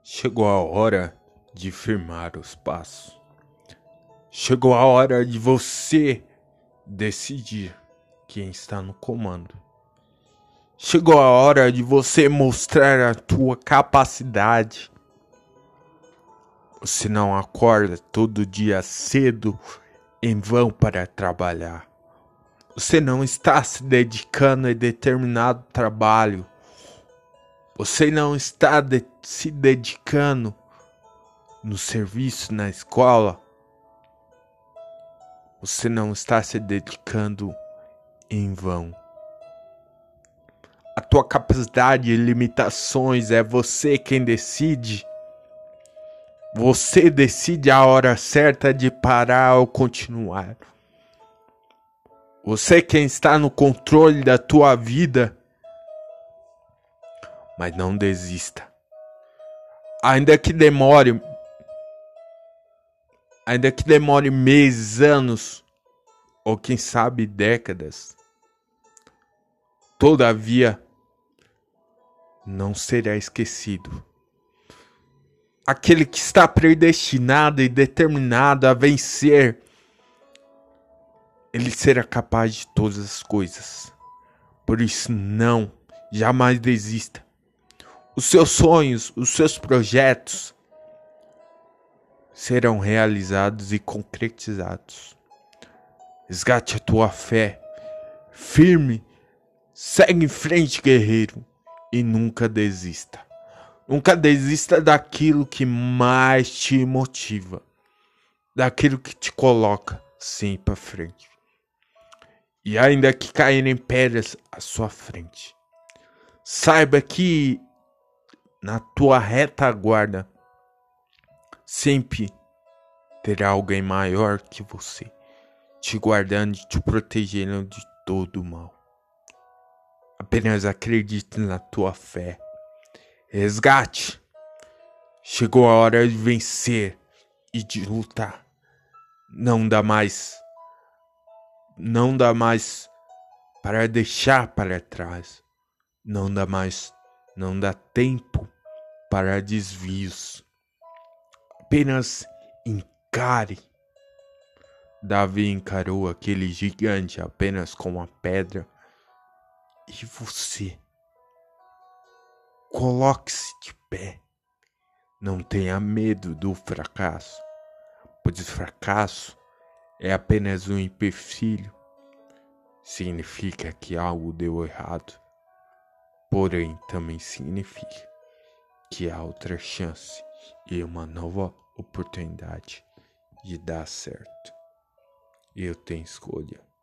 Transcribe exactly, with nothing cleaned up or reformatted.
Chegou a hora de firmar os passos. Chegou a hora de você decidir quem está no comando. Chegou a hora de você mostrar a tua capacidade. Você não acorda todo dia cedo em vão para trabalhar. Você não está se dedicando a determinado trabalho. Você não está de- se dedicando no serviço, na escola. Você não está se dedicando em vão. A tua capacidade e limitações é você quem decide. Você decide a hora certa de parar ou continuar. Você quem está no controle da tua vida. Mas não desista. Ainda que demore, ainda que demore meses, anos, ou quem sabe décadas. Todavia, não será esquecido. Aquele que está predestinado e determinado a vencer, ele será capaz de todas as coisas. Por isso, não, jamais desista. Os seus sonhos, os seus projetos serão realizados e concretizados. Resgate a tua fé, firme, segue em frente, guerreiro, e nunca desista. Nunca desista daquilo que mais te motiva, daquilo que te coloca sempre para frente. E ainda que caírem pedras à sua frente, saiba que na tua retaguarda sempre terá alguém maior que você, te guardando e te protegendo de todo o mal. Apenas acredite na tua fé. Resgate. Chegou a hora de vencer e de lutar. Não dá mais. Não dá mais para deixar para trás. Não dá mais. Não dá tempo para desvios. Apenas encare. Davi encarou aquele gigante apenas com uma pedra. E você? Coloque-se de pé. Não tenha medo do fracasso, pois o fracasso é apenas um empecilho. Significa que algo deu errado, porém também significa que há outra chance e uma nova oportunidade de dar certo. Eu tenho escolha.